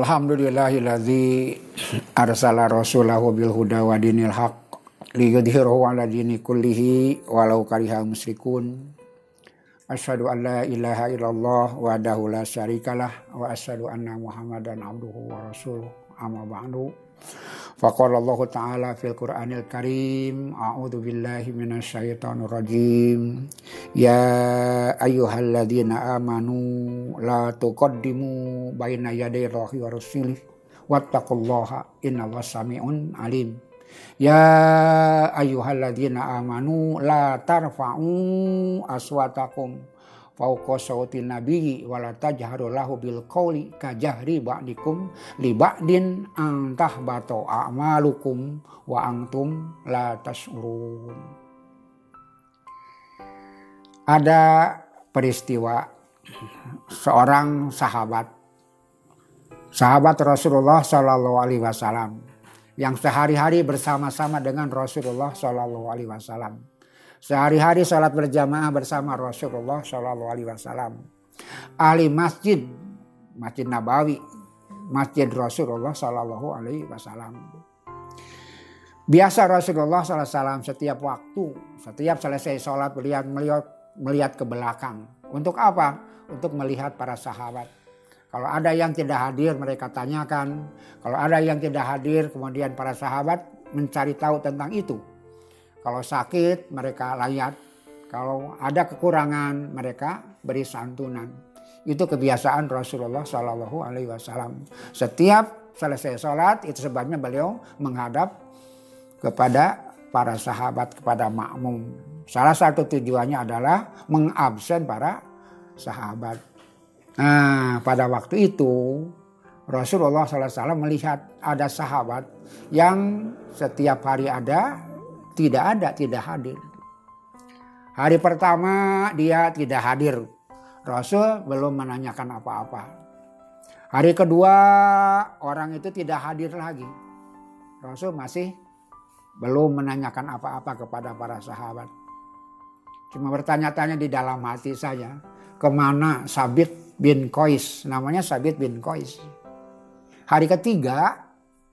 Alhamdulillahilladzi arsala rasulahu bil huda wa dinil haq liyudhhirahu 'ala dini kullihi walau karihal musyrikun. Asyhadu an la ilaha illallah wahdahu la syarikalah wa asyhadu anna Muhammadan abduhu wa rasuluh. Amma ba'du. Faqala Allah Ta'ala fil Qur'anil Karim, a'udzu billahi minasyaitonir rajim. Ya ayyuhalladzina amanu la tuqaddimu baina yaday Allahi wa rasulih wattaqullaha innallaha sami'un alim. Ya ayyuhalladzina amanu la tarfa'u aswatakum fauqa sautin nabiyyi wa la tajharu lahu bil qawli ka jahri ba'dikum li ba'din an tahbatu a'malukum wa antum la tash'urun. Ada peristiwa seorang sahabat Rasulullah Shallallahu Alaihi Wasallam yang sehari-hari bersama-sama dengan Rasulullah Shallallahu Alaihi Wasallam. Sehari-hari sholat berjamaah bersama Rasulullah Shallallahu Alaihi Wasallam. Ahli Masjid Nabawi, Masjid Rasulullah Shallallahu Alaihi Wasallam. Biasa Rasulullah Sallallahu Alaihi Wasallam setiap waktu, setiap selesai sholat melihat ke belakang. Untuk apa? Untuk melihat para sahabat. Kalau ada yang tidak hadir mereka tanyakan. Kalau ada yang tidak hadir kemudian para sahabat mencari tahu tentang itu. Kalau sakit mereka layat, kalau ada kekurangan mereka beri santunan. Itu kebiasaan Rasulullah Shallallahu Alaihi Wasallam. Setiap selesai sholat itu sebabnya beliau menghadap kepada para sahabat, kepada makmum. Salah satu tujuannya adalah mengabsen para sahabat. Nah pada waktu itu Rasulullah Sallallahu Alaihi Wasallam melihat ada sahabat yang setiap hari ada, tidak hadir. Hari pertama dia tidak hadir. Rasul belum menanyakan apa-apa. Hari kedua orang itu tidak hadir lagi. Rasul masih belum menanyakan apa-apa kepada para sahabat. Cuma bertanya-tanya di dalam hati saja. Kemana Sabit bin Qais? Namanya Sabit bin Qais. Hari ketiga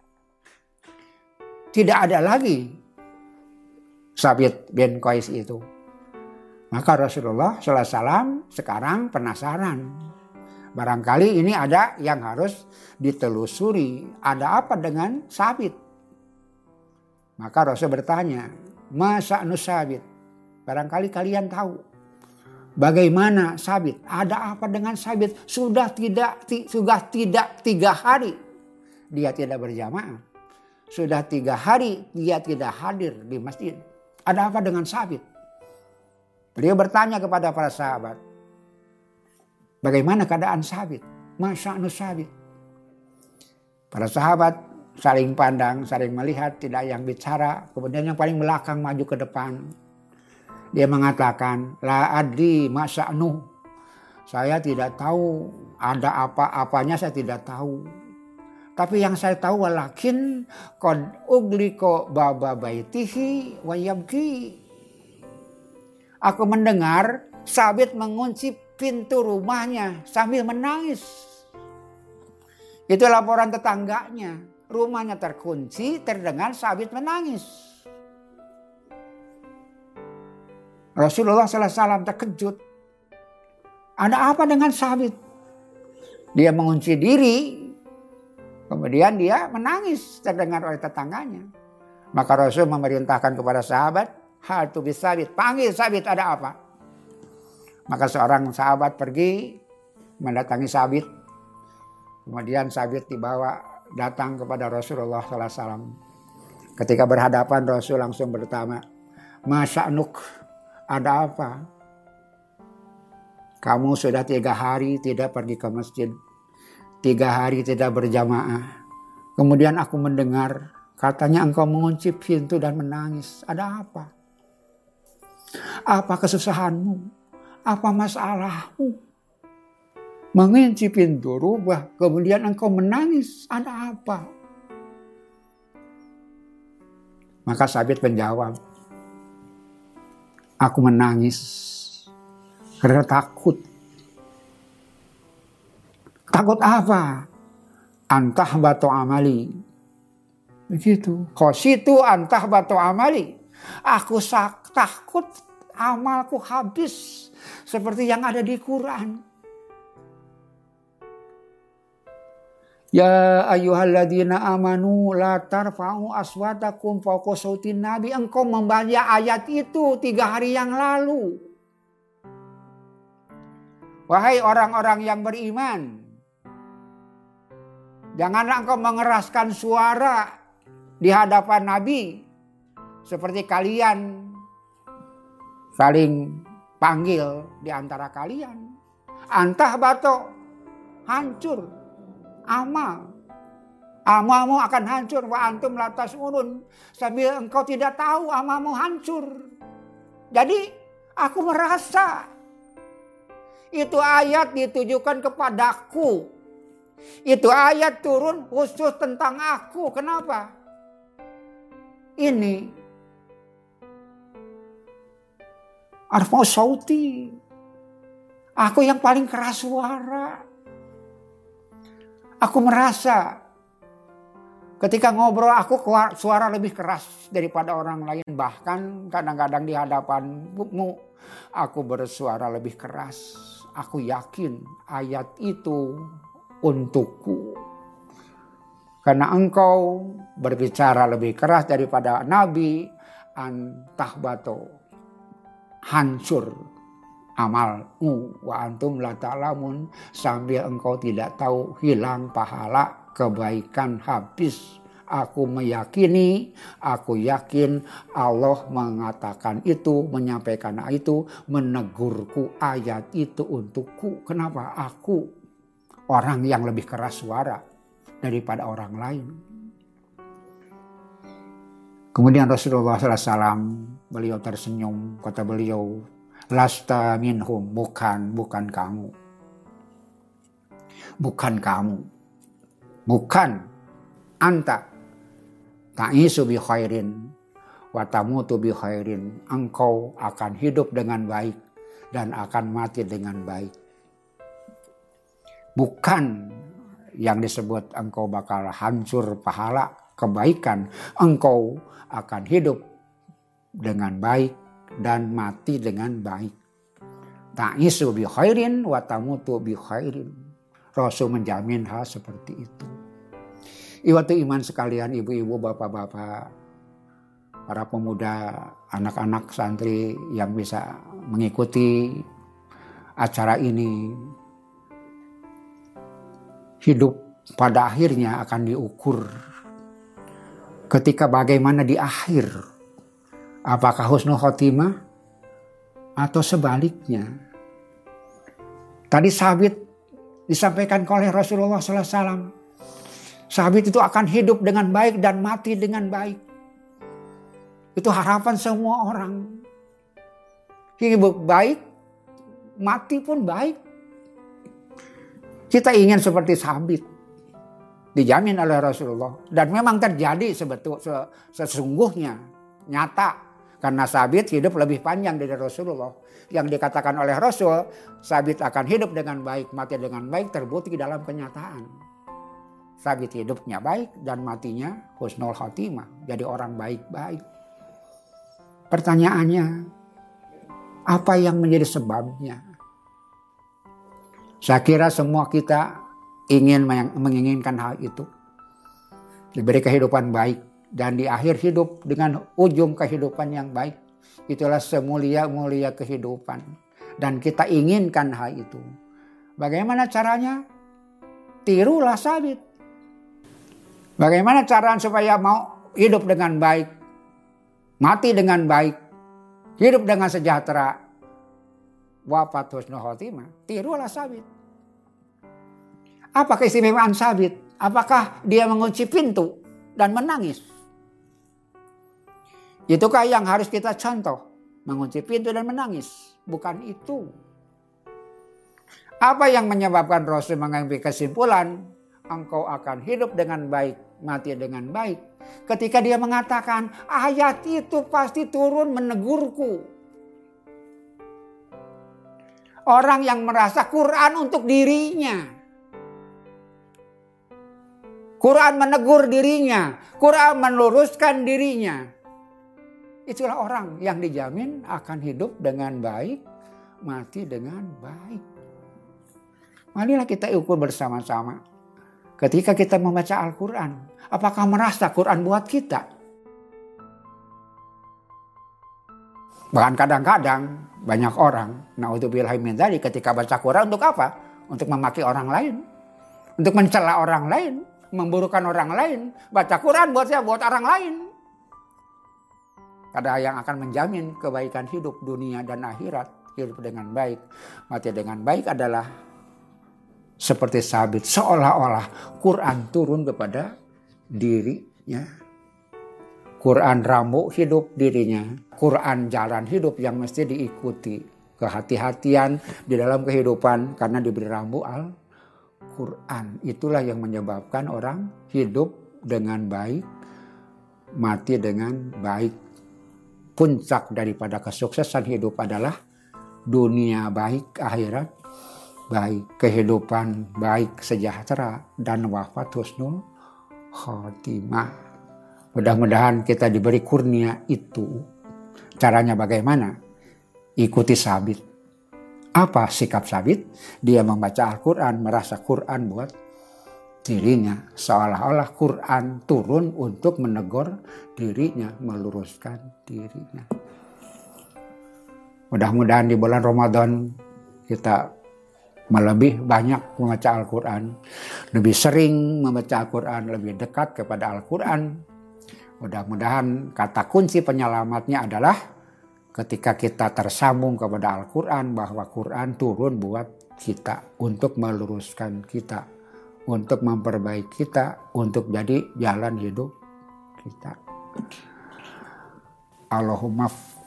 tidak ada lagi Sabit bin Qais itu. Maka Rasulullah Sallallahu Alaihi Wasallam sekarang penasaran. Barangkali ini ada yang harus ditelusuri. Ada apa dengan Sabit? Maka Rasul bertanya, "Masa'nu Sabit?" Barangkali kalian tahu. Bagaimana Sabit? Ada apa dengan Sabit? Sudah tidak 3 hari dia tidak berjamaah. Sudah 3 hari dia tidak hadir di masjid. Ada apa dengan Sabit? Beliau bertanya kepada para sahabat. Bagaimana keadaan Sabit? Masya'nu Sabit. Para sahabat saling pandang, saling melihat, tidak yang bicara. Kemudian yang paling belakang maju ke depan. Dia mengatakan, la adri masya'nu. Saya tidak tahu ada apa-apanya, saya tidak tahu. Tapi yang saya tahu walakin qad ugliko baba baitihi wa yabki. Aku mendengar Sabit mengunci pintu rumahnya sambil menangis. Itu laporan tetangganya. Rumahnya terkunci, terdengar Sabit menangis. Rasulullah Sallallahu Alaihi Wasallam terkejut. Ada apa dengan Sabit? Dia mengunci diri. Kemudian dia menangis terdengar oleh tetangganya. Maka Rasul memerintahkan kepada sahabat, hal tu bis Sabit, panggil Sabit, ada apa? Maka seorang sahabat pergi mendatangi Sabit. Kemudian Sabit dibawa datang kepada Rasulullah Sallallahu Alaihi Wasallam. Ketika berhadapan Rasul langsung bertanya, Masya'nuk, ada apa? Kamu sudah 3 hari tidak pergi ke masjid. 3 hari tidak berjamaah. Kemudian aku mendengar katanya engkau mengunci pintu dan menangis. Ada apa? Apa kesusahanmu? Apa masalahmu? Mengunci pintu rumah, kemudian engkau menangis. Ada apa? Maka Sabit menjawab, aku menangis karena takut. Takut apa? antahbatu amali. Begitu. Khosyitu antahbatu amali. Aku takut amalku habis seperti yang ada di Quran. Ya ayyuhalladzina amanu la tarfa'u aswatakum fawqa sautin nabi. Engkau membaca ayat itu 3 hari yang lalu. Wahai orang-orang yang beriman, janganlah engkau mengeraskan suara di hadapan Nabi seperti kalian saling panggil di antara kalian. Antah bato, hancur amalmu akan hancur. Wa antum latas urun, sambil engkau tidak tahu amalmu hancur. Jadi aku merasa itu ayat ditujukan kepadaku. Itu ayat turun khusus tentang aku. Kenapa? Ini arfa'u sauti. Aku yang paling keras suara. Aku merasa ketika ngobrol aku suara lebih keras daripada orang lain. Bahkan kadang-kadang di hadapanmu aku bersuara lebih keras. Aku yakin ayat itu untukku. Karena engkau berbicara lebih keras daripada Nabi, antahbato, hancur amalmu wa antum la ta'lamun, sambil engkau tidak tahu, hilang pahala, kebaikan habis. Aku meyakini, aku yakin Allah mengatakan itu, menyampaikan itu, menegurku ayat itu untukku. Kenapa? Aku orang yang lebih keras suara daripada orang lain. Kemudian Rasulullah SAW, beliau tersenyum, kata beliau, lasta minhum, bukan kamu. Bukan kamu. Bukan anta. Ta'isu bi khairin wa tamutu bi khairin. Engkau akan hidup dengan baik dan akan mati dengan baik. Bukan yang disebut engkau bakal hancur pahala kebaikan. Engkau akan hidup dengan baik dan mati dengan baik. Ta'isu bi khairin wa tamutu bi khairin. Rasul menjamin hal seperti itu. Iwatu iman sekalian, ibu-ibu, bapak-bapak, para pemuda, anak-anak santri yang bisa mengikuti acara ini, hidup pada akhirnya akan diukur ketika bagaimana di akhir. Apakah husnul khotimah atau sebaliknya? Tadi sabit disampaikan oleh Rasulullah SAW. Sabit itu akan hidup dengan baik dan mati dengan baik. Itu harapan semua orang. Hidup baik, mati pun baik. Kita ingin seperti sabit. Dijamin oleh Rasulullah. Dan memang terjadi sesungguhnya. Nyata. Karena sabit hidup lebih panjang dari Rasulullah. Yang dikatakan oleh Rasul, sabit akan hidup dengan baik, mati dengan baik, terbukti dalam kenyataan. Sabit hidupnya baik dan matinya husnul khotimah. Jadi orang baik-baik. Pertanyaannya, apa yang menjadi sebabnya? Saya kira semua kita menginginkan hal itu. Diberi kehidupan baik. Dan di akhir hidup dengan ujung kehidupan yang baik. Itulah semulia-mulia kehidupan. Dan kita inginkan hal itu. Bagaimana caranya? Tirulah sabit. Bagaimana caranya supaya mau hidup dengan baik, mati dengan baik, hidup dengan sejahtera, wafat husnul khotimah? Tirulah sabit. Apa keistimewaan sabit? Apakah dia mengunci pintu dan menangis? Itukah yang harus kita contoh? Mengunci pintu dan menangis? Bukan itu. Apa yang menyebabkan Rasul mengambil kesimpulan engkau akan hidup dengan baik, mati dengan baik? Ketika dia mengatakan ayat itu pasti turun menegurku. Orang yang merasa Quran untuk dirinya. Quran menegur dirinya. Quran meluruskan dirinya. Itulah orang yang dijamin akan hidup dengan baik, mati dengan baik. Marilah kita ukur bersama-sama. Ketika kita membaca Al-Quran, apakah merasa Quran buat kita? Bahkan kadang-kadang banyak orang, naudzubillahi min dzalik, ketika baca Quran untuk apa? Untuk memaki orang lain, untuk mencela orang lain, memburukan orang lain. Baca Quran buat saya, buat orang lain. Ada yang akan menjamin kebaikan hidup dunia dan akhirat. Hidup dengan baik, mati dengan baik adalah seperti sabit. Seolah-olah Quran turun kepada dirinya. Quran rambu hidup dirinya. Quran jalan hidup yang mesti diikuti. Kehati-hatian di dalam kehidupan karena diberi rambu Al-Quran. Itulah yang menyebabkan orang hidup dengan baik, mati dengan baik. Puncak daripada kesuksesan hidup adalah dunia baik, akhirat baik, kehidupan baik, sejahtera, dan wafat husnul khotimah. Mudah-mudahan kita diberi kurnia itu. Caranya bagaimana? Ikuti sabit. Apa sikap sabit? Dia membaca Al-Quran, merasa Quran buat dirinya. Seolah-olah Quran turun untuk menegur dirinya, meluruskan dirinya. Mudah-mudahan di bulan Ramadan kita lebih banyak membaca Al-Quran, lebih sering membaca Al-Quran, lebih dekat kepada Al-Quran. Mudah-mudahan kata kunci penyelamatnya adalah ketika kita tersambung kepada Al-Quran, bahwa Quran turun buat kita, untuk meluruskan kita, untuk memperbaiki kita, untuk jadi jalan hidup kita. Allahumma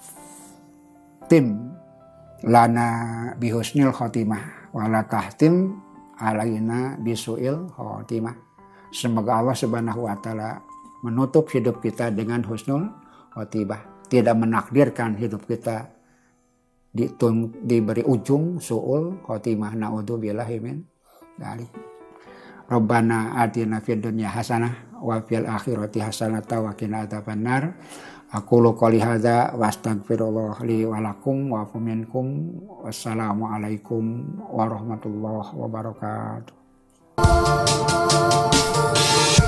tim lana bihusnil khotimah wala tahtim alaina bisuil khotimah. Semoga Allah Subhanahu wa taala menutup hidup kita dengan husnul khotimah, tidak menakdirkan hidup kita diberi ujung suul khotimah. Naudzubillahi min dzalik. Rabbana atina fid dunya hasanah wa fil akhirati hasanah wa qina adzabannar. Aqulu qouli hadza wa astaghfirullah li wa lakum wa afu minkum. Wassalamualaikum warahmatullahi wabarakatuh.